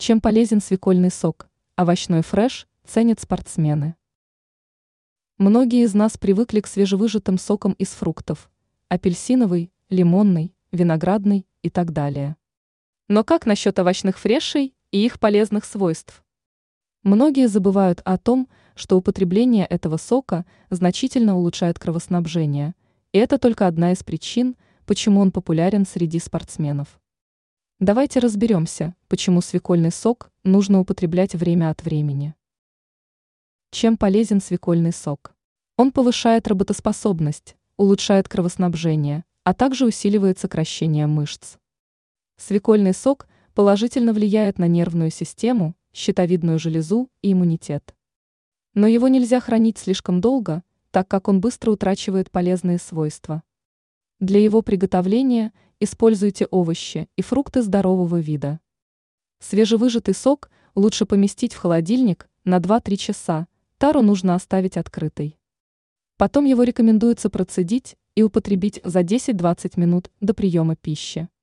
Чем полезен свекольный сок? Овощной фреш ценят спортсмены. Многие из нас привыкли к свежевыжатым сокам из фруктов – апельсиновый, лимонный, виноградный и так далее. Но как насчет овощных фрешей и их полезных свойств? Многие забывают о том, что употребление этого сока значительно улучшает кровоснабжение, и это только одна из причин, почему он популярен среди спортсменов. Давайте разберемся, почему свекольный сок нужно употреблять время от времени. Чем полезен свекольный сок? Он повышает работоспособность, улучшает кровоснабжение, а также усиливает сокращение мышц. Свекольный сок положительно влияет на нервную систему, щитовидную железу и иммунитет. Но его нельзя хранить слишком долго, так как он быстро утрачивает полезные свойства. Для его приготовления используйте овощи и фрукты здорового вида. Свежевыжатый сок лучше поместить в холодильник на 2-3 часа, тару нужно оставить открытой. Потом его рекомендуется процедить и употребить за 10-20 минут до приема пищи.